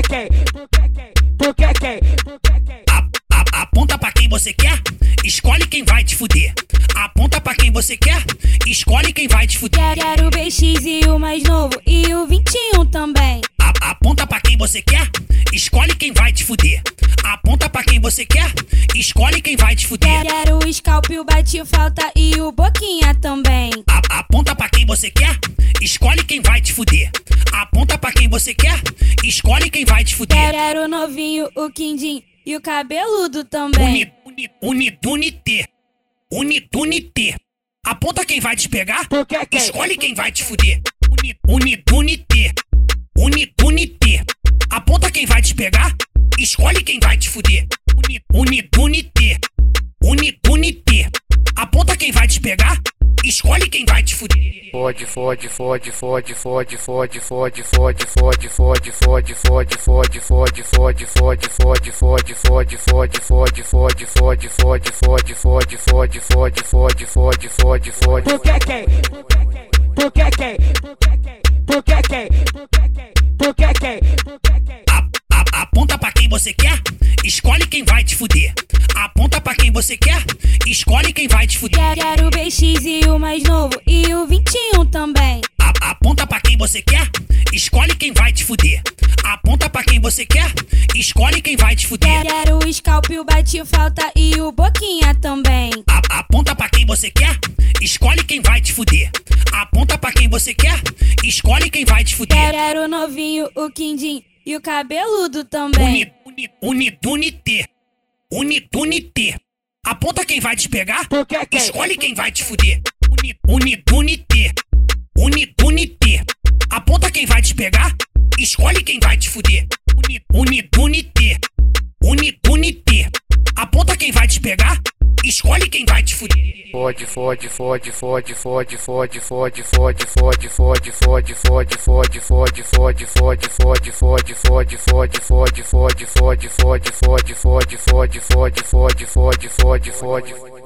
Aponta pra quem você quer, escolhe quem vai te fuder. Aponta pra quem você quer, escolhe quem vai te fuder. Quero o BX e o mais novo e o 21 também. Aponta pra quem você quer, escolhe quem vai te fuder. Aponta pra quem você quer, escolhe quem vai te fuder. Quero o Scalp, o Bate Falta e o Boquinha também. Aponta pra quem você quer, escolhe quem vai te fuder. Aponta pra quem você quer, escolhe quem vai te fuder. Quero o novinho, o Quindim e o cabeludo também. Unidunité. Aponta quem vai te pegar, escolhe quem vai te fuder. Unidunité. Aponta quem vai te pegar, escolhe quem vai te fuder. Unidunité. Aponta quem vai te pegar, escolhe quem vai te fuder. Fode. Aponta pra quem você quer, escolhe quem vai te fuder. Aponta pra quem você quer, escolhe quem vai te fuder. Quero o BX e o mais novo e o 21 também. Aponta pra quem você quer, escolhe quem vai te fuder. Aponta pra quem você quer, escolhe quem vai te fuder. Quero o Scalp, o Bate Falta e o Boquinha também. Aponta pra quem você quer, escolhe quem vai te fuder. Aponta pra quem você quer, escolhe quem vai te fuder. Quero o novinho, o Quindim e o cabeludo também. Unidunité. Aponta quem vai te pegar, escolhe quem vai te fuder. Unidunité. Aponta quem vai te pegar, escolhe quem vai te fuder. Unidunité. Aponta quem vai te pegar, escolhe quem vai te fuder. Fode. Fode.